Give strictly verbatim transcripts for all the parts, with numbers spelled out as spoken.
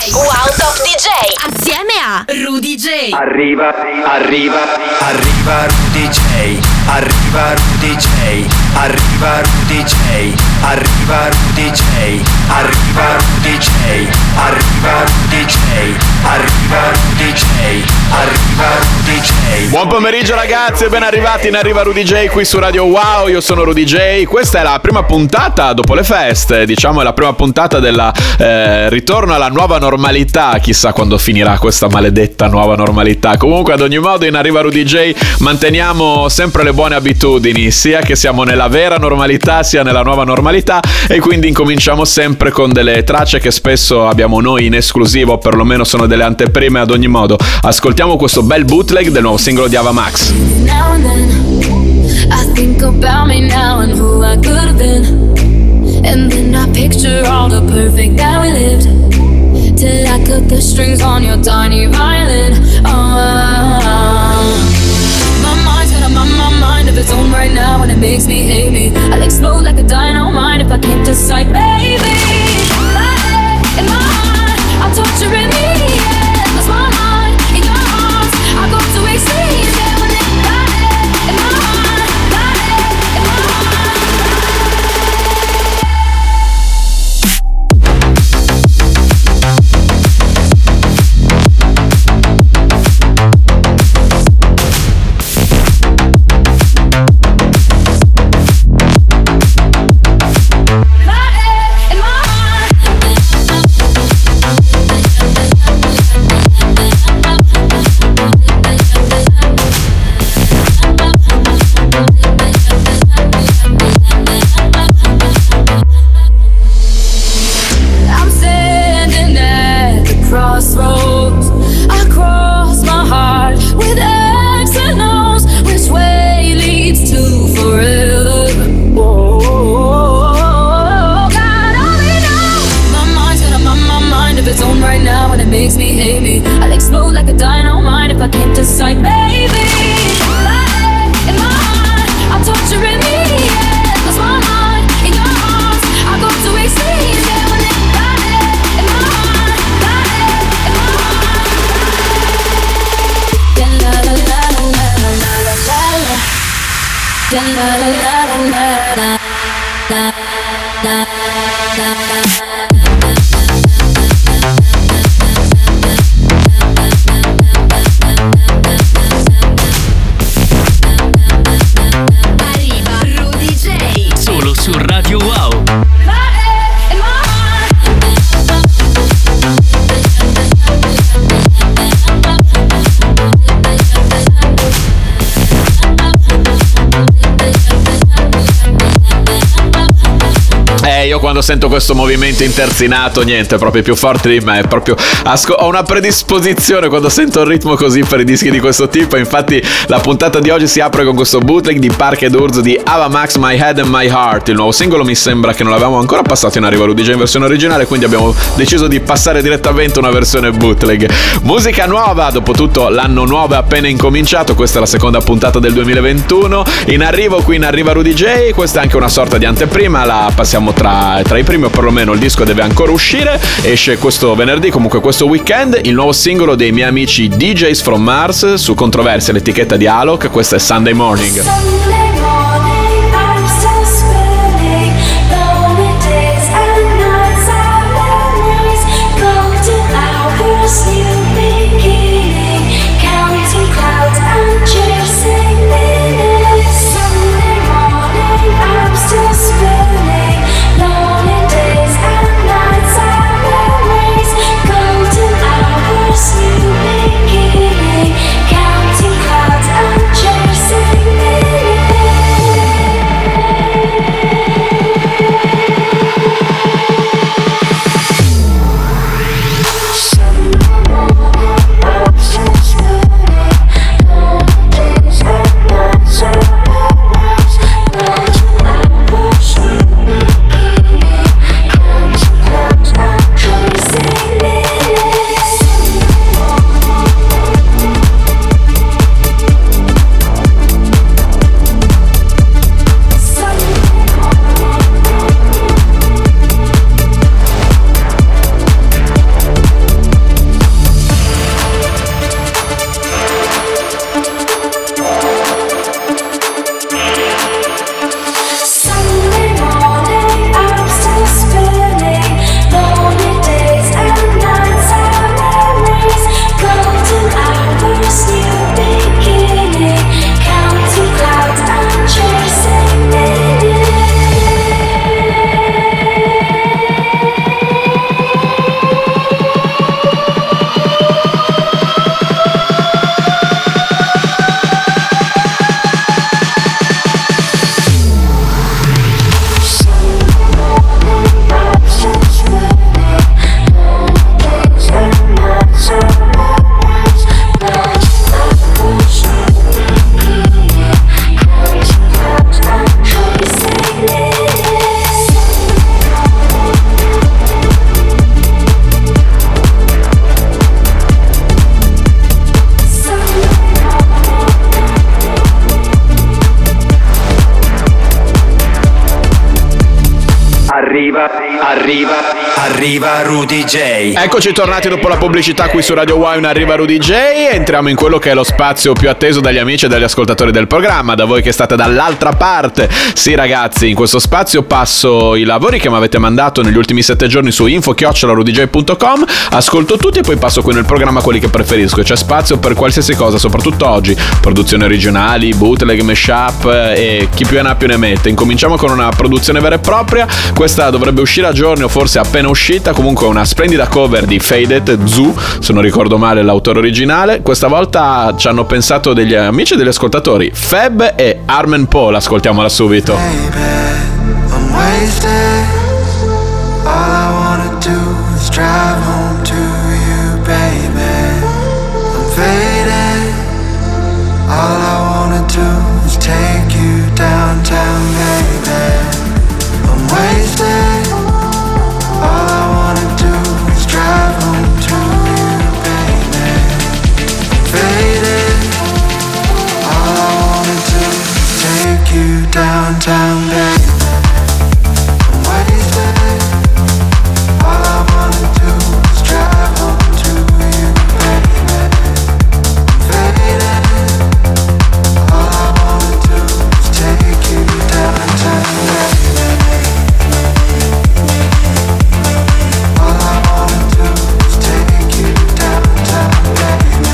Wow Top D J assieme a Rudy J. Arriva, arriva, arriva Rudy J. Arriva Rudy J. Arriva Rudy J. Arriva Rudy J. Arriva Rudy J. Arriva Rudy J. Arriva Rudy J. Arriva Rudy J. Buon pomeriggio ragazzi e ben arrivati in Arriva Rudy J qui su Radio Wow. Io sono Rudy J. Questa è la prima puntata dopo le feste, diciamo è la prima puntata della eh, ritorno alla nuova normalità. Chissà quando finirà questa maledetta nuova normalità. Comunque ad ogni modo in Arriva Rudy J manteniamo sempre le buone abitudini, sia che siamo nella vera normalità sia nella nuova normalità, e quindi incominciamo sempre con delle tracce che spesso abbiamo noi in esclusivo, o perlomeno sono delle anteprime. Ad ogni modo ascoltiamo questo bel bootleg del nuovo singolo di Ava Max. Now and then, I think about me now and who I could have been. And then I picture all the perfect that we lived, till I cut the strings on your tiny violin. Oh, my mind's got a my, my mind of its own right now, and it makes me hate me. I'll explode like a dynamite if I can't decide, baby. My head in my heart, I'll torture it, yeah. 'Cause my mind in your arms, I go to extremes, yeah. When it's my head in my heart, my head in my heart. Io quando sento questo movimento interzinato, niente, proprio più forte di me, proprio asco- ho una predisposizione quando sento un ritmo così per i dischi di questo tipo. Infatti la puntata di oggi si apre con questo bootleg di Park ed Urz di Ava Max, My Head and My Heart. Il nuovo singolo mi sembra che non l'avevamo ancora passato in Arriva Rudy J in versione originale, quindi abbiamo deciso di passare direttamente una versione bootleg. Musica nuova, dopotutto l'anno nuovo è appena incominciato, questa è la seconda puntata del duemilaventuno. In arrivo qui in Arriva Rudy J, questa è anche una sorta di anteprima, la passiamo tra tra i primi, o perlomeno il disco deve ancora uscire, esce questo venerdì, comunque questo weekend, il nuovo singolo dei miei amici D Js from Mars su Controversia, l'etichetta di Alok. Questa è Sunday Morning. Counting clouds and chasing minutes. Arriva, arriva Rudy J. Eccoci tornati dopo la pubblicità qui su Radio Wine. Arriva Rudy J. Entriamo in quello che è lo spazio più atteso dagli amici e dagli ascoltatori del programma, da voi che state dall'altra parte. Sì ragazzi, in questo spazio passo i lavori che mi avete mandato negli ultimi sette giorni su info chiocciola rudy j punto com, ascolto tutti e poi passo qui nel programma quelli che preferisco. C'è spazio per qualsiasi cosa, soprattutto oggi. Produzioni originali, bootleg, mashup e chi più ne ha più ne mette. Incominciamo con una produzione vera e propria. Questa dovrebbe uscire a giorni o forse appena uscita, comunque una splendida cover di Faded, Zoo, se non ricordo male l'autore originale. Questa volta ci hanno pensato degli amici e degli ascoltatori, Feb e Armen Paul. Ascoltiamola subito. Downtown, baby. I'm wasted. All I wanna do is drive home to you, baby. I'm faded. All I wanna do is take you downtown, baby. All I wanna do is take you downtown, baby.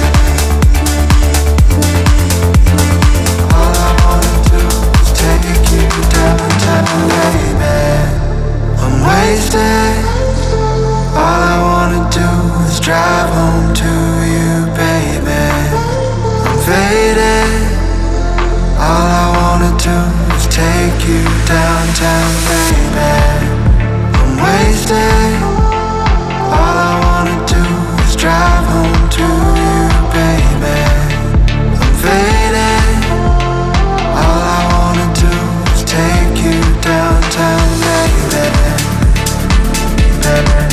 All I wanna do is take you downtown, baby. I'm wasted. All I wanna do is drive home to you, baby. I'm faded. All I wanna do is take you downtown, baby. I'm wasted. All I wanna do is drive home to you, baby. I'm faded. All I wanna do is take you downtown, baby. Baby.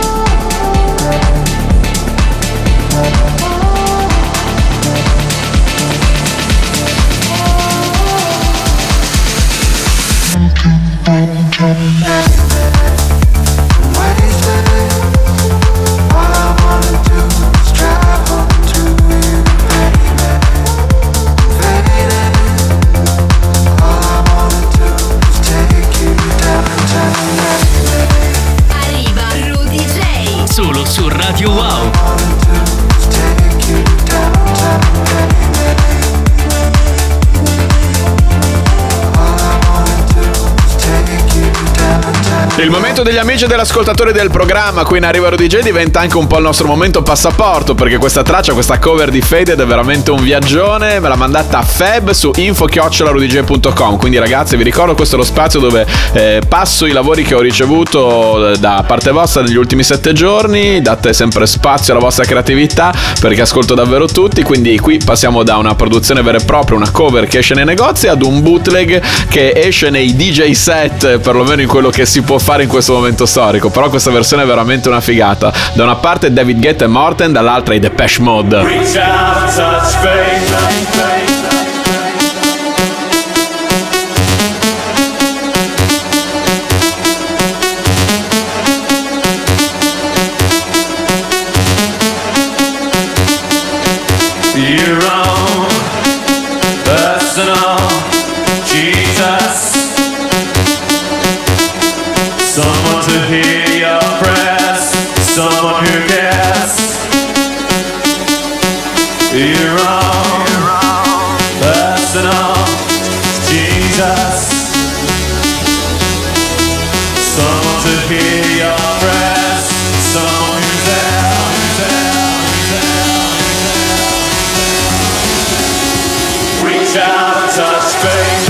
Solo su Radio Wow. Il momento degli amici e dell'ascoltatore del programma qui in Arriva Rudy J diventa anche un po' il nostro momento passaporto, perché questa traccia, questa cover di Faded è veramente un viaggione. Me l'ha mandata Feb su info chiocciola rudy j punto com. Quindi ragazzi, vi ricordo, questo è lo spazio dove eh, passo i lavori che ho ricevuto da parte vostra negli ultimi sette giorni. Date sempre spazio alla vostra creatività, perché ascolto davvero tutti. Quindi qui passiamo da una produzione vera e propria, una cover che esce nei negozi, ad un bootleg che esce nei D J set, perlomeno in quello che si può fare in questo momento storico. Però questa versione è veramente una figata. Da una parte David Guetta e Morten, dall'altra i Depeche Mode. Reach out, touch faith. Your own personal Jesus, someone to hear your prayers, someone who cares. Your own personal Jesus, someone to hear your prayers, someone who's there, who's there, who's there, who's there. Reach out and touch faith.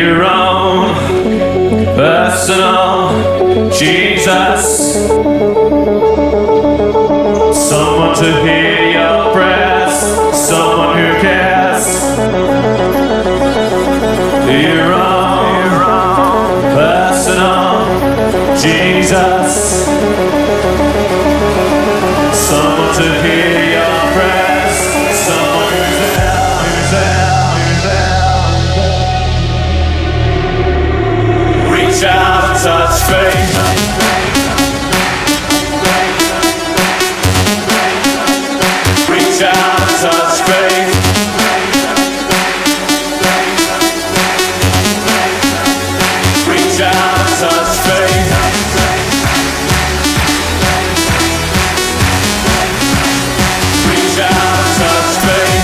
your own personal Jesus. Someone to hear your prayers, someone who cares. Your own personal Jesus. Someone to hear your prayers, someone who's there, who's there, who's there. Reach out and touch faith. Reach out and touch faith. Reach out and touch faith. Reach out and touch faith.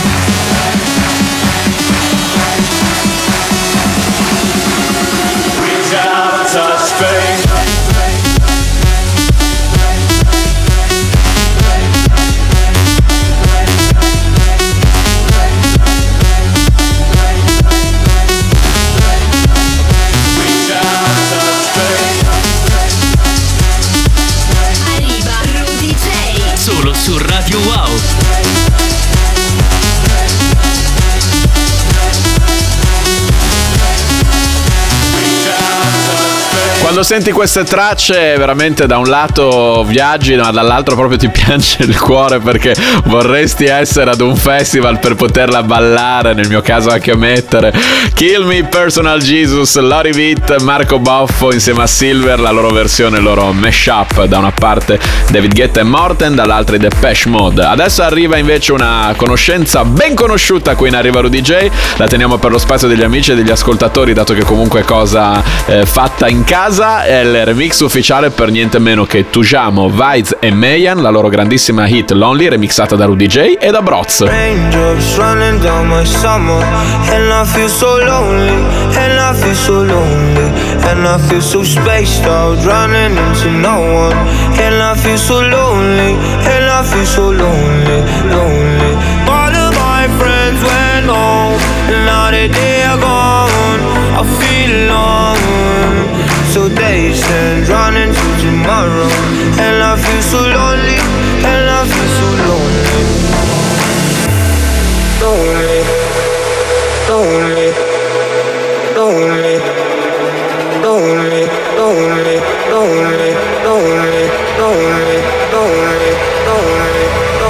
Reach out and touch faith. Arriva Rudy J. Solo su Radio Wow. Quando senti queste tracce veramente da un lato viaggi ma dall'altro proprio ti piange il cuore perché vorresti essere ad un festival per poterla ballare, nel mio caso anche mettere Kill Me Personal Jesus, Lori Vitt, Marco Boffo insieme a Silver, la loro versione, il loro mashup, da una parte David Guetta e Morten, dall'altra i Depeche Mode. Adesso arriva invece una conoscenza ben conosciuta qui in Arriva Rudy J, la teniamo per lo spazio degli amici e degli ascoltatori dato che comunque è cosa eh, fatta in casa. È il remix ufficiale per niente meno che Tujamo, Vibes e Mayan, la loro grandissima hit Lonely remixata da Rudy J e da Broz. Raindrops running down my summer, and I feel so lonely, and I feel so lonely, and I feel so spaced out, running into no one, and I feel so lonely, and I feel so lonely, lonely. All of my friends went home, and now that they are gone, I feel alone. So days stand running to tomorrow, and I feel so lonely, and I feel so lonely. Lonely, lonely, lonely, lonely, lonely, lonely, lonely, lonely, lonely, lonely,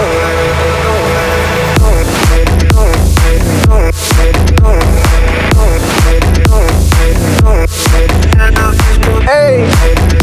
hey.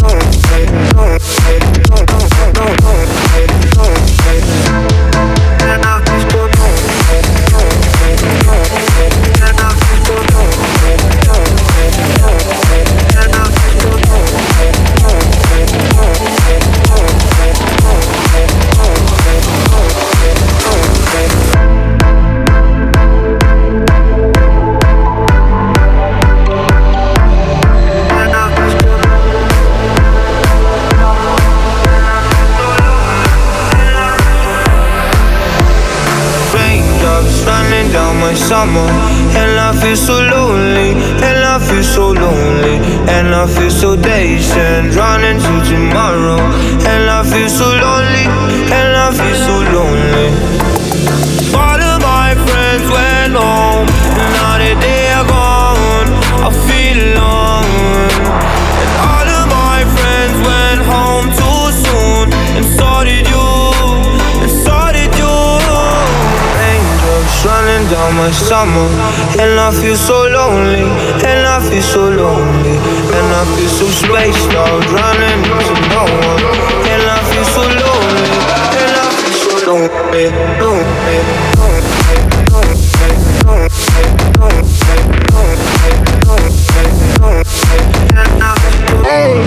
Summer, and I feel so lonely, and I feel so lonely, and I feel so dazed and running to tomorrow, and I feel so lonely, and I feel so lonely. All of my friends went home, and now that they are gone, I feel alone. And all of my friends went home too soon, and so did you, and so did you. Raindrops running down my summer, and I feel so lonely, and I feel so lonely, and I feel so spaced out, running into no one, and I feel so lonely, and I feel so lonely, lonely, lonely, lonely, hey.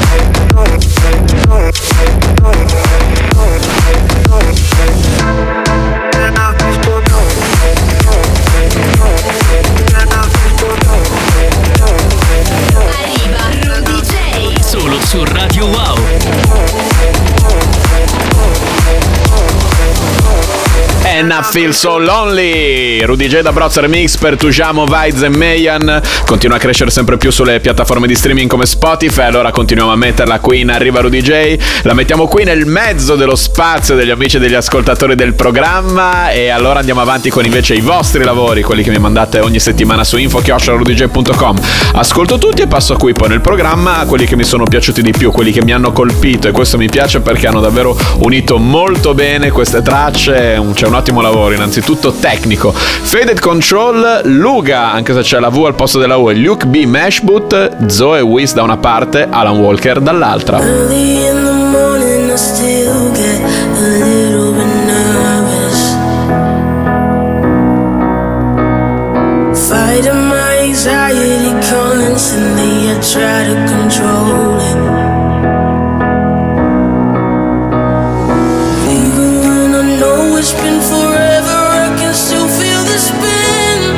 Solo su Radio Wow. And I Feel So Lonely. Rudy J da Broz Remix per Tujamo, Vibes e Mayan. Continua a crescere sempre più sulle piattaforme di streaming come Spotify. Allora continuiamo a metterla qui in Arriva Rudy J. La mettiamo qui nel mezzo dello spazio degli amici e degli ascoltatori del programma. E allora andiamo avanti con invece i vostri lavori, quelli che mi mandate ogni settimana su info chiocciola rudy j punto com. Ascolto tutti e passo qui poi nel programma a quelli che mi sono piaciuti di più, quelli che mi hanno colpito, e questo mi piace perché hanno davvero unito molto bene queste tracce. C'è un ottimo lavoro innanzitutto tecnico. Faded Control, Luga, anche se c'è la V al posto della U, e Luke B, Mashboot, Zoe Wiss da una parte, Alan Walker dall'altra. Early in the morning I still get a little bit nervous, fighting my anxiety constantly, I try to control it. Even when I know it's been forever, I can still feel the spin.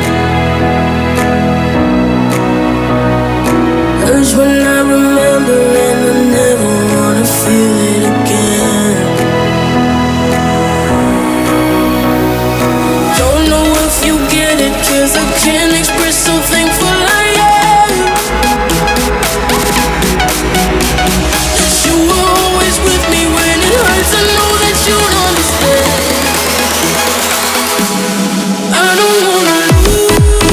Hurts when I remember and I never wanna feel it again. Don't know if you get it, 'cause I can't express how thankful I am. You were always with me when it hurts, I know that you'll understand. I don't wanna lose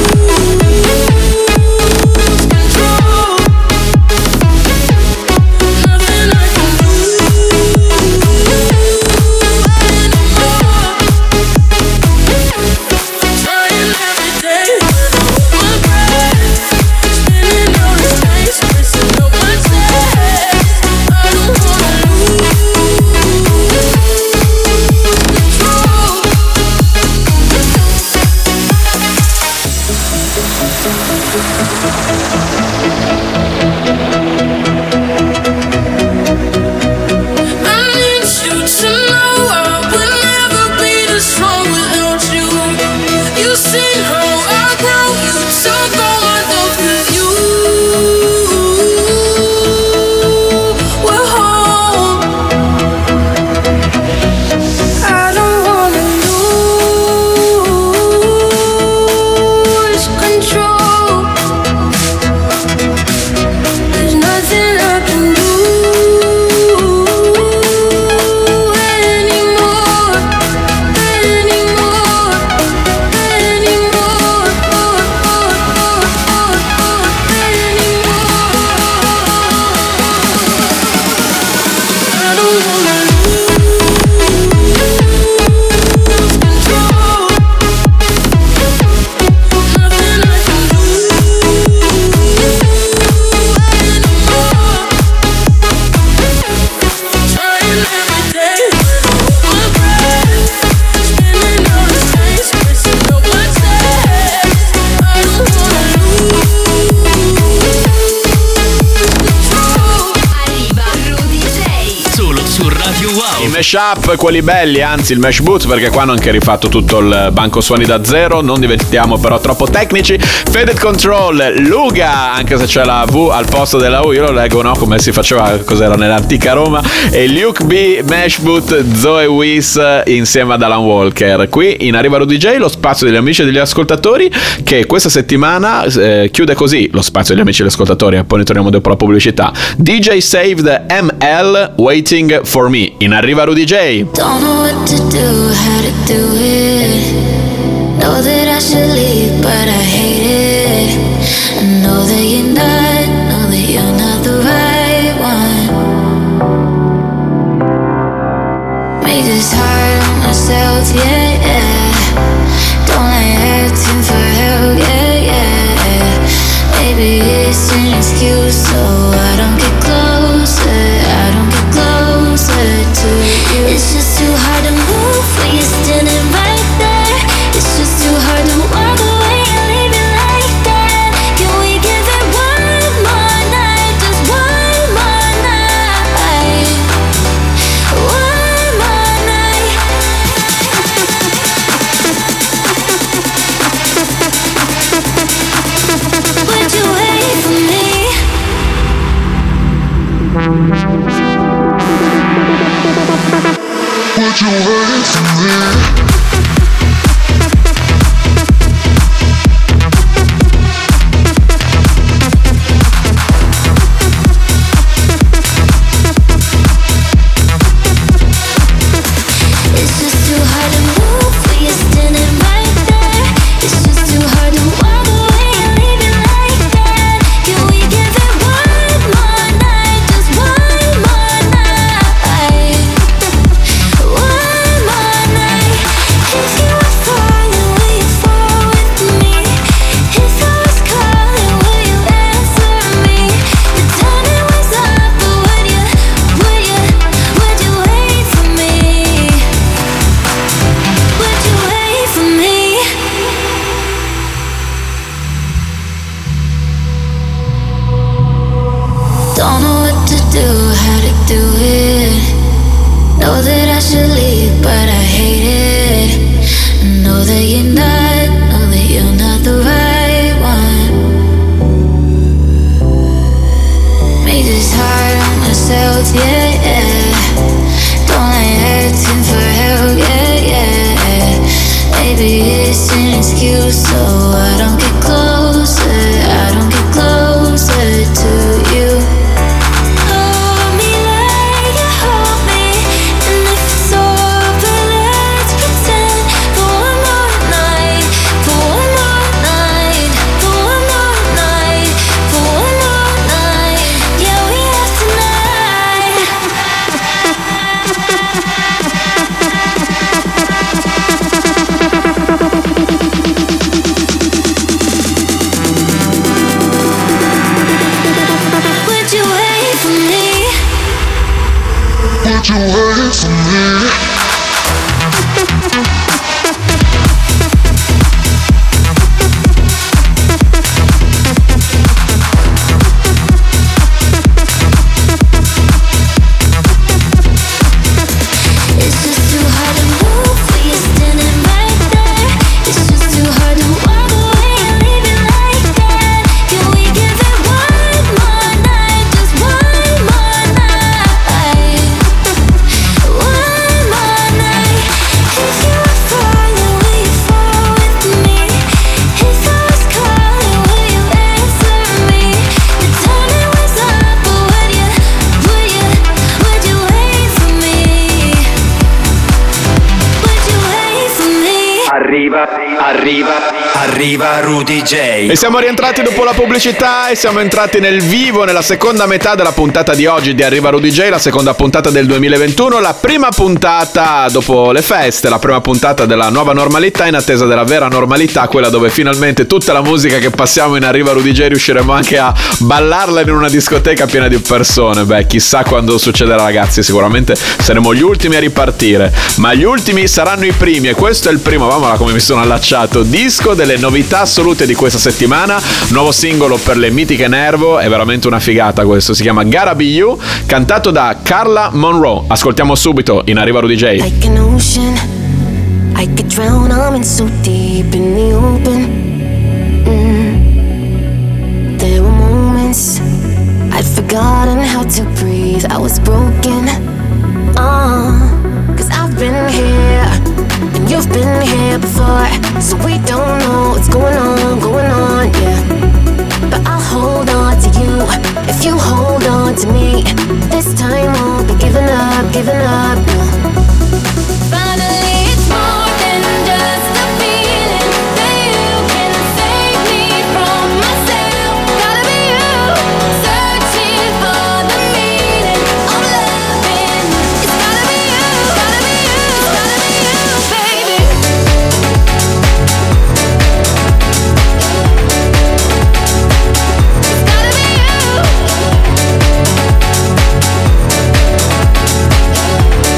control. Nothing I can do anymore. Trying every day to hold my breath, spinning out of space, missing up my chest. I don't wanna lose control. I need you to know I would never be this strong without you. You see how I grow, you took all my love with you. We're home. I don't wanna lose control. There's nothing I can do anymore, anymore, anymore, anymore. I don't wanna lose control. Nothing I can do anymore. Trying every day to hold my breath, spinning out of space, missing up my chest. I don't wanna lose control. Arriva Rudy J. Solo su Radio Wow. I mashup, quelli belli, anzi il mash boot, perché qua hanno anche rifatto tutto il banco suoni da zero, non diventiamo però troppo tecnici. Faded Control, Luga, anche se c'è la V al posto della U, io lo leggo, no, come si faceva, cos'era, nell'antica Roma. E Luke B, Mash Boot, Zoe Wiss insieme ad Alan Walker. Qui in Arriva Rudy J, lo spazio degli amici e degli ascoltatori, che questa settimana eh, chiude così lo spazio degli amici e degli ascoltatori, e poi ne torniamo dopo la pubblicità. D J Saved M L, Waiting for Me in Arriva Rudy J. Don't know what to do, how to do it. Know that I should leave, but I hate it. I know that you're not, know that you're not the right one. Make this hard on myself, yeah, yeah. Don't like acting for help, yeah, yeah. Maybe it's an excuse so I don't get closer, I don't get closer to you. It's just too hard to move when you're standing right there. It's just too hard to walk away and leave it like that. Can we give it one more night, just one more night, one more night. Would you wait for me? Maybe it's an excuse so I don't get closer, I don't get closer to you. Hold me like you hold me, and if it's over, let's pretend for one more night, for one more night, for one more night, for one more night. Yeah, we have tonight. Would you wait for me? Would you wait for me? It's just too hard to move when you're standing right there. It's just too hard to walk away and leave it like that. Can we give it one more night, just one more night, one more night? If you were falling, will you fall with me? If I was calling, will you answer me? The timing was up, but would you, would you, would you wait for me? Would you wait for me? Arriva, arriva, arriva Rudy J. E siamo rientrati dopo la pubblicità e siamo entrati nel vivo nella seconda metà della puntata di oggi di Arriva Rudy J, la seconda puntata del duemilaventuno, la prima puntata dopo le feste, la prima puntata della nuova normalità in attesa della vera normalità, quella dove finalmente tutta la musica che passiamo in Arriva Rudy J riusciremo anche a ballarla in una discoteca piena di persone. Beh, chissà quando succederà, ragazzi, sicuramente saremo gli ultimi a ripartire, ma gli ultimi saranno i primi e questo è il primo, mamma come mi sono allacciato, disco delle novità assolute di questa settimana, nuovo singolo per le mitiche Nervo, è veramente una figata questo, si chiama Gotta Be You, cantato da Carla Monroe. Ascoltiamo subito in Arriva Rudy J. Like an ocean, I could drown, I'm in so deep in the open. Mm. There were moments I'd forgotten how to breathe, I was broken. Uh, Cause I've been here, and you've been here before, so we don't know what's going on, going on, yeah. But I'll hold on to you, if you hold on to me. This time won't be giving up, giving up, no. Finally it's more than just a feeling, that you can save me from myself. Gotta be you, searching for the meaning of loving. It's gotta be you, gotta be you, gotta be you, baby. It's gotta be you.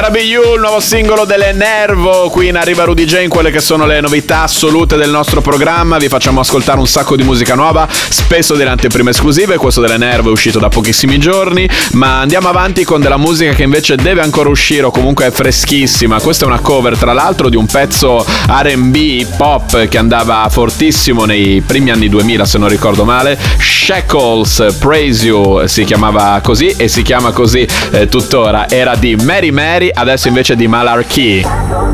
Gotta Be You, il nuovo singolo delle Nervo, qui in Arriva Rudy J, in quelle che sono le novità assolute del nostro programma. Vi facciamo ascoltare un sacco di musica nuova, spesso delle anteprime esclusive. Questo delle Nervo è uscito da pochissimi giorni, ma andiamo avanti con della musica che invece deve ancora uscire o comunque è freschissima. Questa è una cover tra l'altro di un pezzo R and B hip hop che andava fortissimo nei primi anni duemila, se non ricordo male. Shackles, Praise You si chiamava così e si chiama così eh, tuttora. Era di Mary Mary, adesso invece di Malarkey.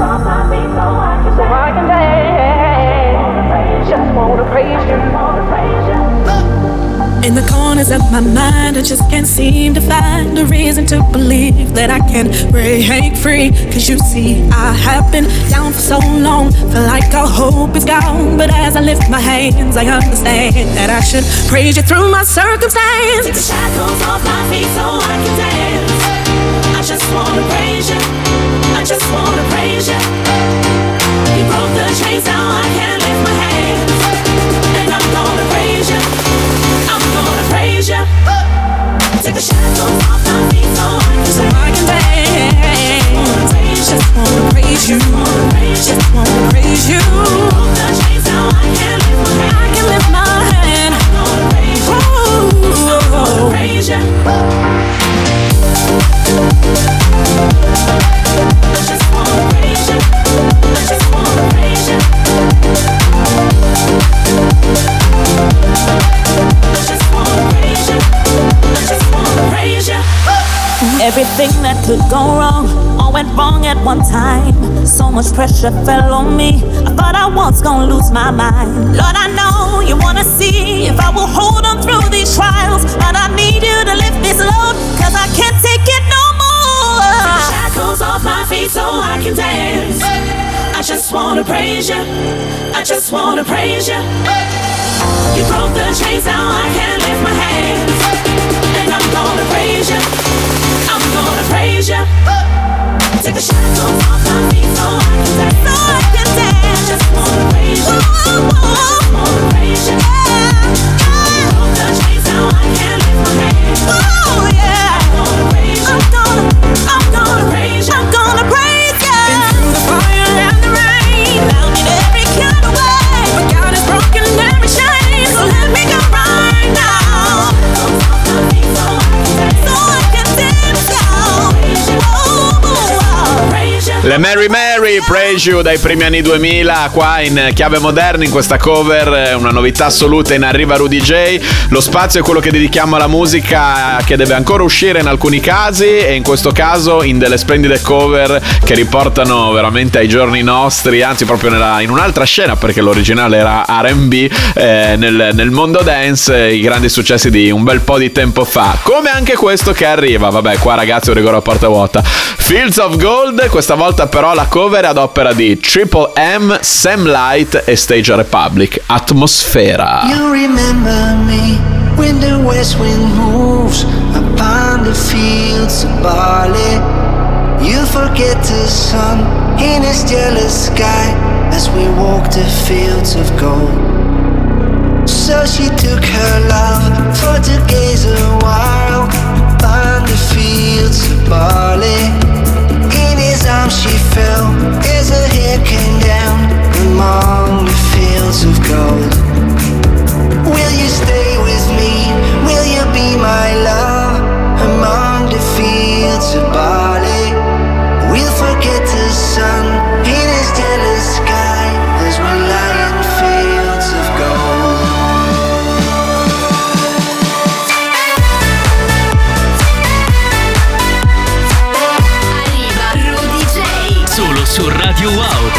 In the corners of my mind, I just can't seem to find a reason to believe that I can break free. Cause you see, I have been down for so long, feel like all hope is gone. But as I lift my hands, I understand that I should praise you through my circumstance. Take the shackles off my feet so I can dance. I just wanna praise you, I just wanna praise you. You broke the chains, now I can lift my hands. And I'm gonna praise you, I'm gonna praise you. Take the shackles off my feet so I can, so I can dance. Just wanna praise you, just wanna praise you, just wanna praise you. Broke the chains, now I can lift my hand. I can lift my hand. I'm gonna praise you, I'm gonna praise you. I just wanna praise you, I just wanna praise you. I just wanna praise you, I just wanna praise you. Everything that could go wrong all went wrong at one time. So much pressure fell on me, I thought I was gonna lose my mind. Lord, I know you wanna see if I will hold on through these trials, but I need you to lift this load, cause I can't take it no more. Take the shackles off my feet so I can dance. I just wanna praise you, I just wanna praise you. You broke the chains, now I can lift my hands. And I'm gonna praise you, I'm gonna praise you. Take the shackles off my feet so I can dance. So I can dance. I just wanna praise you, I just wanna praise you. You broke the chains, now I can lift my hands. Oh yeah, I'm gonna praise you, I'm gonna, I'm gonna praise you, I'm gonna praise you. Been through the fire and the rain, found in every kind of way, but God has broken every chain, so let me go right now. So I can dance now. Le Mary Mary, Praise You, dai primi anni duemila, qua in chiave moderna, in questa cover, una novità assoluta in Arriva Rudy J. Lo spazio è quello che dedichiamo alla musica che deve ancora uscire in alcuni casi, e in questo caso in delle splendide cover che riportano veramente ai giorni nostri, anzi proprio nella, in un'altra scena, perché l'originale era R and B, eh, nel, nel mondo dance, i grandi successi di un bel po' di tempo fa, come anche questo che arriva. Vabbè, qua ragazzi un rigore a porta vuota. Fields of Gold, questa volta però la cover ad opera di Triple M, Sam Light e Stage Republic, Atmosfera. You remember me when the west wind moves upon the fields of barley. You forget the sun in his jealous sky as we walk the fields of gold. So she took her love for to gaze a while upon the fields of barley. In his arms she fell as her hair came down among the fields of gold. Will you stay with me? Will you be my love among the fields of barley? We'll forget the sun in his jealous sky as we lie in fields of gold. Arriva Rudy J. Solo su Radio Wow.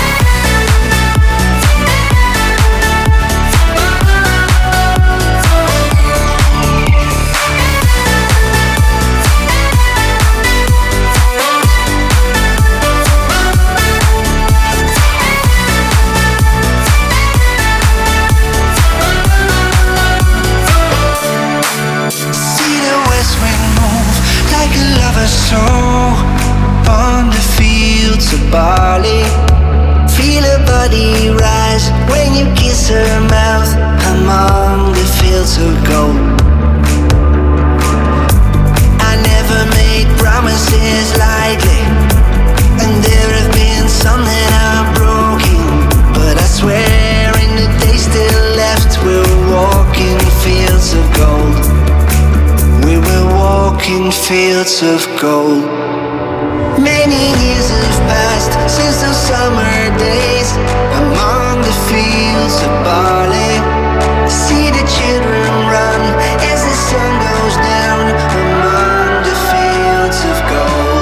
soul on the fields of barley. Feel her body rise when you kiss her mouth among the fields of gold. I never made promises lightly, fields of gold. Many years have passed since those summer days among the fields of barley. See the children run as the sun goes down among the fields of gold.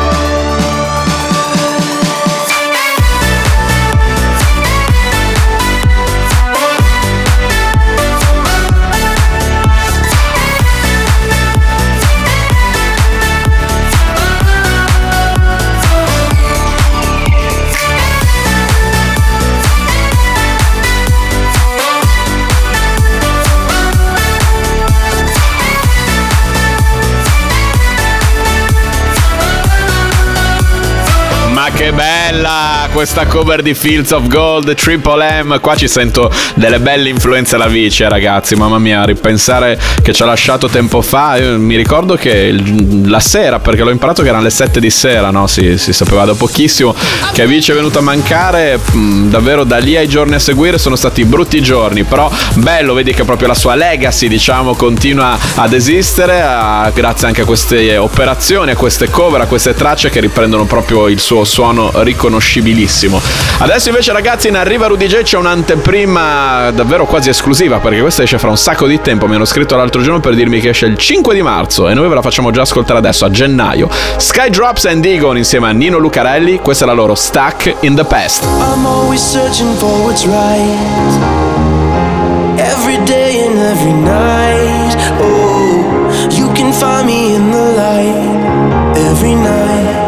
Che bella questa cover di Fields of Gold, Triple M. Qua ci sento delle belle influenze alla Vice, ragazzi, mamma mia, ripensare che ci ha lasciato tempo fa. Io mi ricordo che la sera, perché l'ho imparato che erano le sette di sera, no? Si, si sapeva da pochissimo che Vice è venuta a mancare. Mh, davvero da lì ai giorni a seguire sono stati brutti giorni, però bello, vedi che proprio la sua legacy, diciamo, continua ad esistere a, grazie anche a queste operazioni, a queste cover, a queste tracce che riprendono proprio il suo suono riconoscibilissimo. Adesso invece, ragazzi, in Arriva Rudy J c'è un'anteprima davvero quasi esclusiva, perché questa esce fra un sacco di tempo. Mi hanno scritto l'altro giorno per dirmi che esce il cinque di marzo e noi ve la facciamo già ascoltare adesso a gennaio. Skydrops and Egon insieme a Nino Lucarelli, questa è la loro Stuck in the Past. I'm always searching for what's right, every day and every night. Oh, you can find me in the light every night.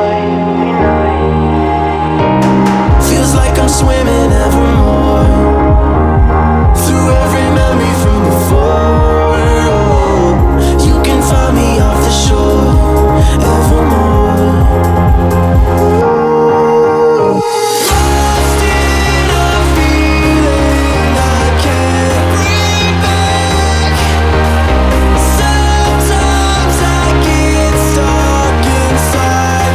I'm swimming evermore through every memory from before. Oh, you can find me off the shore evermore. Lost in a feeling I can't bring back. Sometimes I get stuck inside.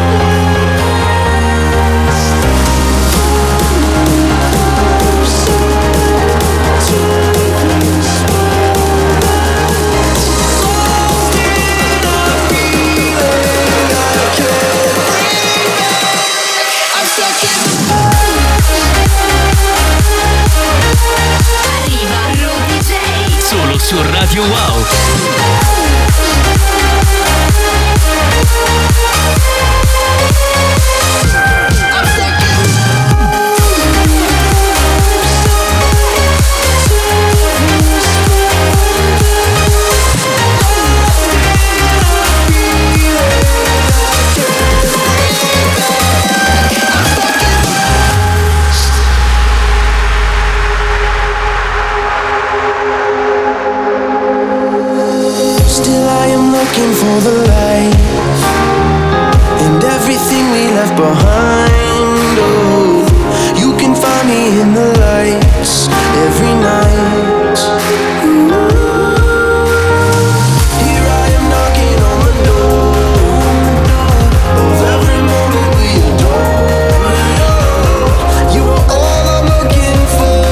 Solo su Radio Wow. Looking for the light and everything we left behind. Oh, you can find me in the lights every night. Here I am knocking on the door of every moment we adore. You are all I'm looking for.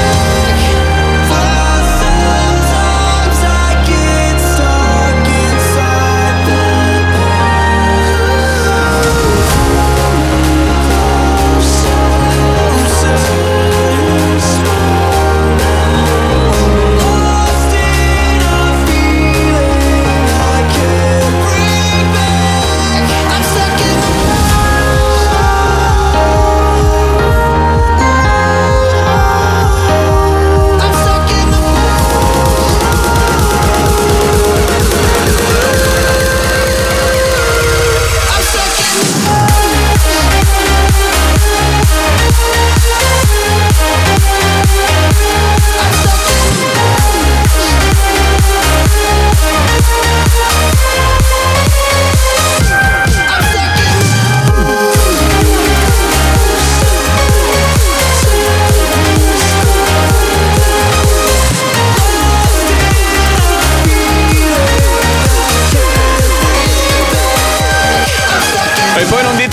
Sometimes I get stuck inside.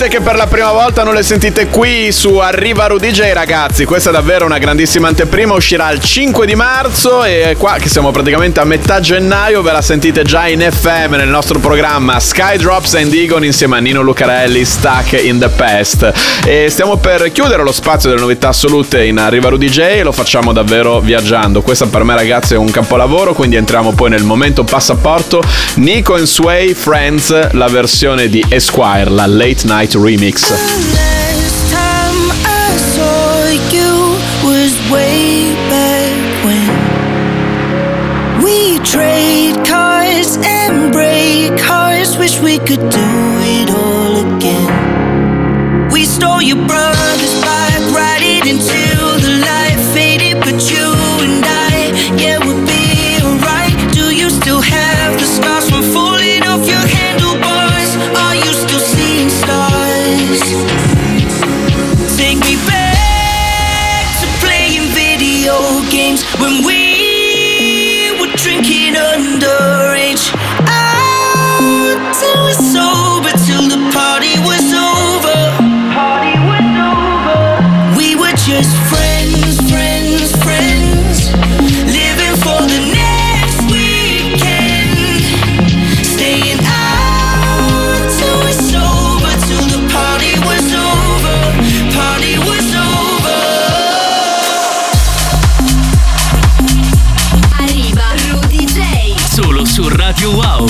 sentite che per la prima volta non le sentite qui su Arriva Rudy J, ragazzi. Questa è davvero una grandissima anteprima, uscirà il cinque di marzo e qua che siamo praticamente a metà gennaio ve la sentite già in F M nel nostro programma Skydrops and Egon insieme a Nino Lucarelli, Stuck in the Past. E stiamo per chiudere lo spazio delle novità assolute in Arriva Rudy J e lo facciamo davvero viaggiando. Questa per me, ragazzi, è un capolavoro, quindi entriamo poi nel momento passaporto. Nico and Sway Friends, la versione di Esquire, la Late Night Remix. Last time I saw you was way back when we trade cards and break hearts. Wish we could do it all again. We stole your brother's bike, ride it until the light faded, but you and I, yeah, we'll be alright. Do you still have the scars from falling off your handlebars? Are you still seeing stars? Take me back to playing video games when we were drinking underage. Out till we're sober, till the party was over. Party was over. We were just friends, friends, friends, living for the next weekend, staying out till we're sober, till the party was over. Party was over. Arriva Rudy J. Solo su Radio Wow.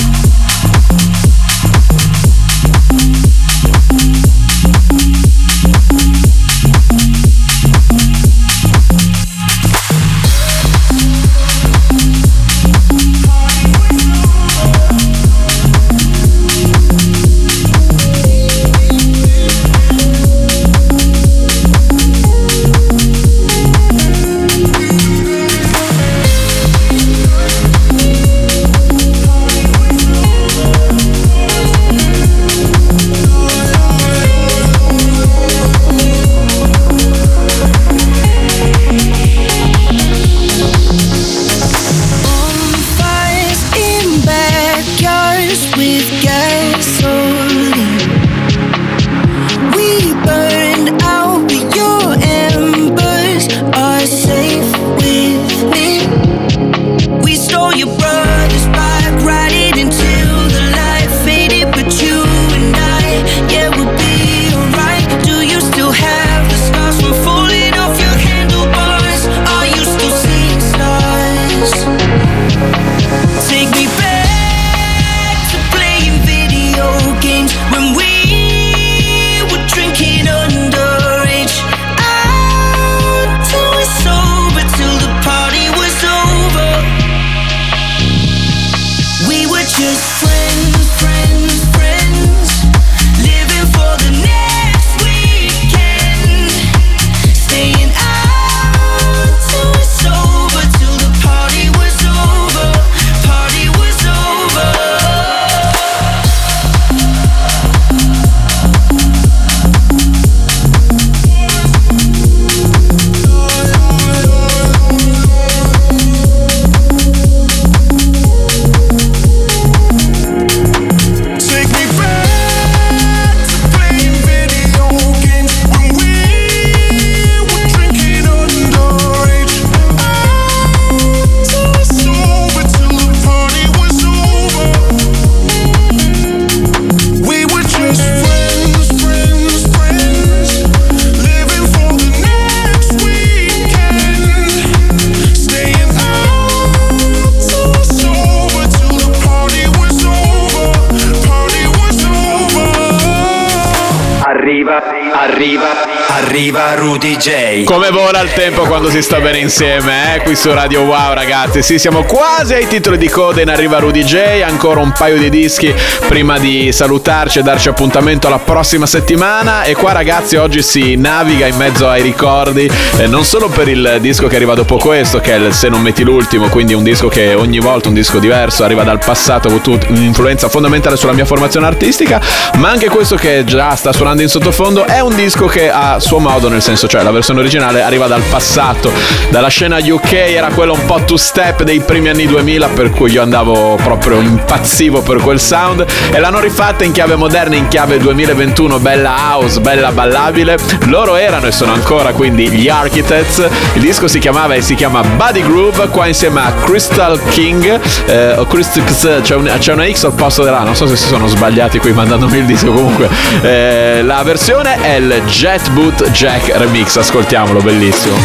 Bonfires in backyards with gasoline. We burned out, but your embers are safe with me. We stole your brother's bike, ride it until the light faded, but you and I, yeah, we'll be alright. Do you still have the scars from falling off your handlebars? Are you still seeing stars? Take me back to playing video games when we were drinking underage. Out till we're sober, till the party was over. We were just friends, friends, friends, living for the next weekend, staying out till we're sober, till the party was over. Party was over. Take me back to playing video games when we were drinking underage. Out till we're sober, till the party was over. We were just friends, friends, friends, living for the next weekend, staying out till we're sober, till the party was over. Party was over. Arriva, arriva, arriva Rudy J. Come vola il tempo quando si sta bene insieme, eh? Qui su Radio Wow, ragazzi. Sì, siamo quasi ai titoli di coda in Arriva Rudy J. Ancora un paio di dischi prima di salutarci e darci appuntamento alla prossima settimana. E qua, ragazzi, oggi si naviga in mezzo ai ricordi, eh, non solo per il disco che arriva dopo questo, che è il Se non metti l'ultimo, quindi un disco che ogni volta un disco diverso, arriva dal passato, ha avuto un'influenza fondamentale sulla mia formazione artistica, ma anche questo che già sta suonando in sottofondo è un disco che a suo modo, nel senso, cioè la versione originale arriva dal passato, dalla scena U K, era quello un po' two step dei primi anni duemila, per cui io andavo proprio impazzivo per quel sound, e l'hanno rifatta in chiave moderna, in chiave duemilaventuno, bella house, bella ballabile. Loro erano e sono ancora quindi gli Architects. Il disco si chiamava e si chiama Body Groove, qua insieme a Crystal King, eh, o Crystal, c'è, un, c'è una X al posto della, non so se si sono sbagliati qui mandandomi il disco, comunque eh, la versione è il Jet Boot Jack Remix, ascoltiamolo, bellissimo.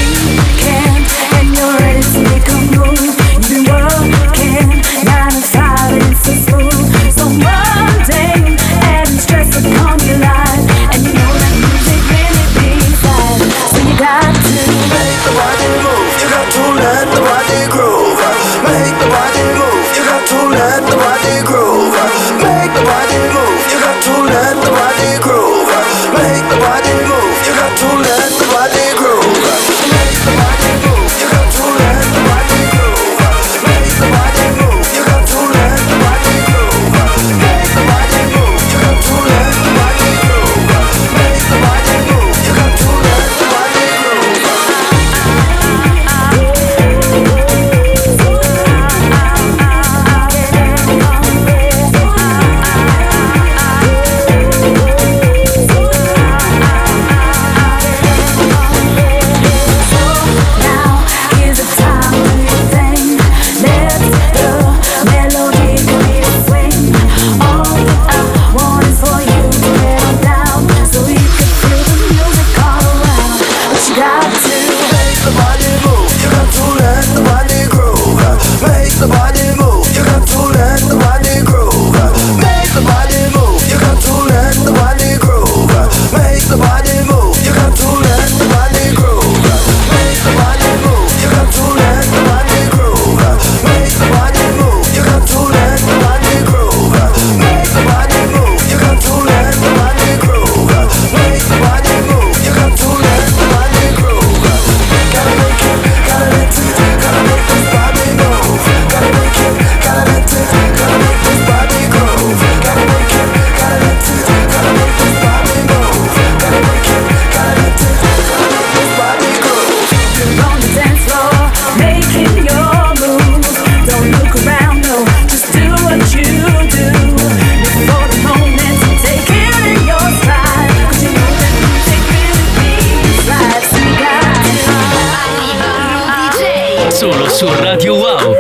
Solo su Radio Wow.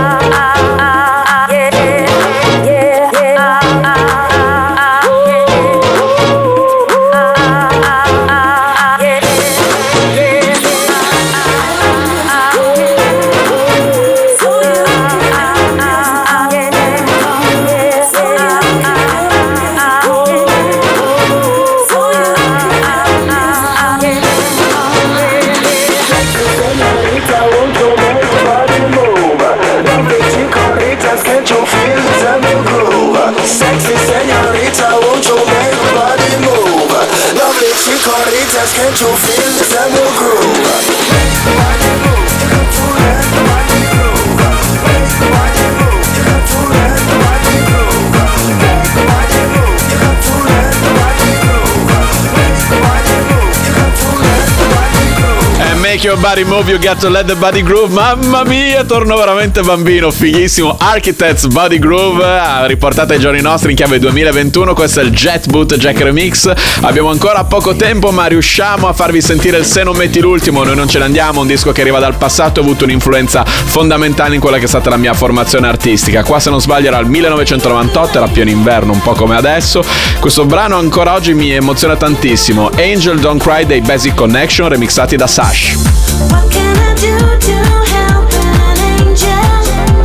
Can't you feel the sound of groove? Make the body move, you got to let the body groove. Make the body move, you got to let the body groove. Make the body move, you got to let the body groove. Make the body move, you got to let the body groove. And make your body move, you got to let the body groove. Mamma mia, torno veramente bambino, fighissimo. Architects Body Groove, riportata ai giorni nostri in chiave duemilaventuno. Questo è il Jet Boot Jack Remix. Abbiamo ancora poco tempo, ma riusciamo a farvi sentire il Se non metti l'ultimo, noi non ce ne andiamo. Un disco che arriva dal passato, ha avuto un'influenza fondamentale in quella che è stata la mia formazione artistica. Qua, se non sbaglio, era il millenovecentonovantotto, era pieno inverno, un po' come adesso. Questo brano ancora oggi mi emoziona tantissimo. Angel Don't Cry dei Basic Connection, remixati da Sash. What can I do to help an angel?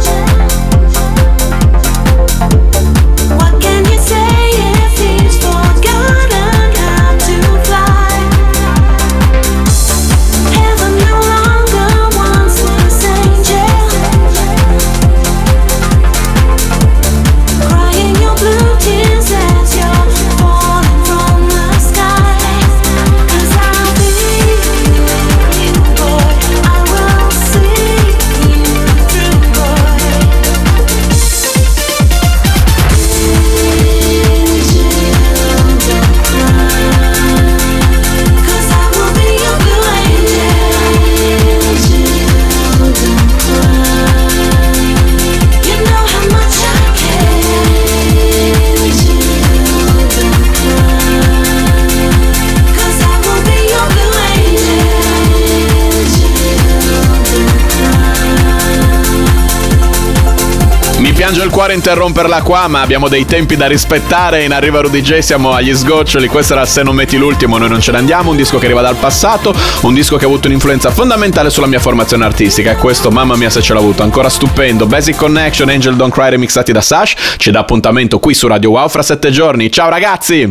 What can you say if he's forgotten how to fly? Heaven no longer wants this angel, crying your blue tears as you're falling from the sky. 'Cause I'll be with you, boy, I will spiange il cuore interromperla qua, ma abbiamo dei tempi da rispettare. In Arriva Rudy J, siamo agli sgoccioli. Questo era Se non metti l'ultimo noi non ce ne andiamo, un disco che arriva dal passato, un disco che ha avuto un'influenza fondamentale sulla mia formazione artistica, e questo, mamma mia se ce l'ha avuto, ancora stupendo. Basic Connection, Angel Don't Cry remixati da Sash, ci dà appuntamento qui su Radio Wow fra sette giorni. Ciao ragazzi!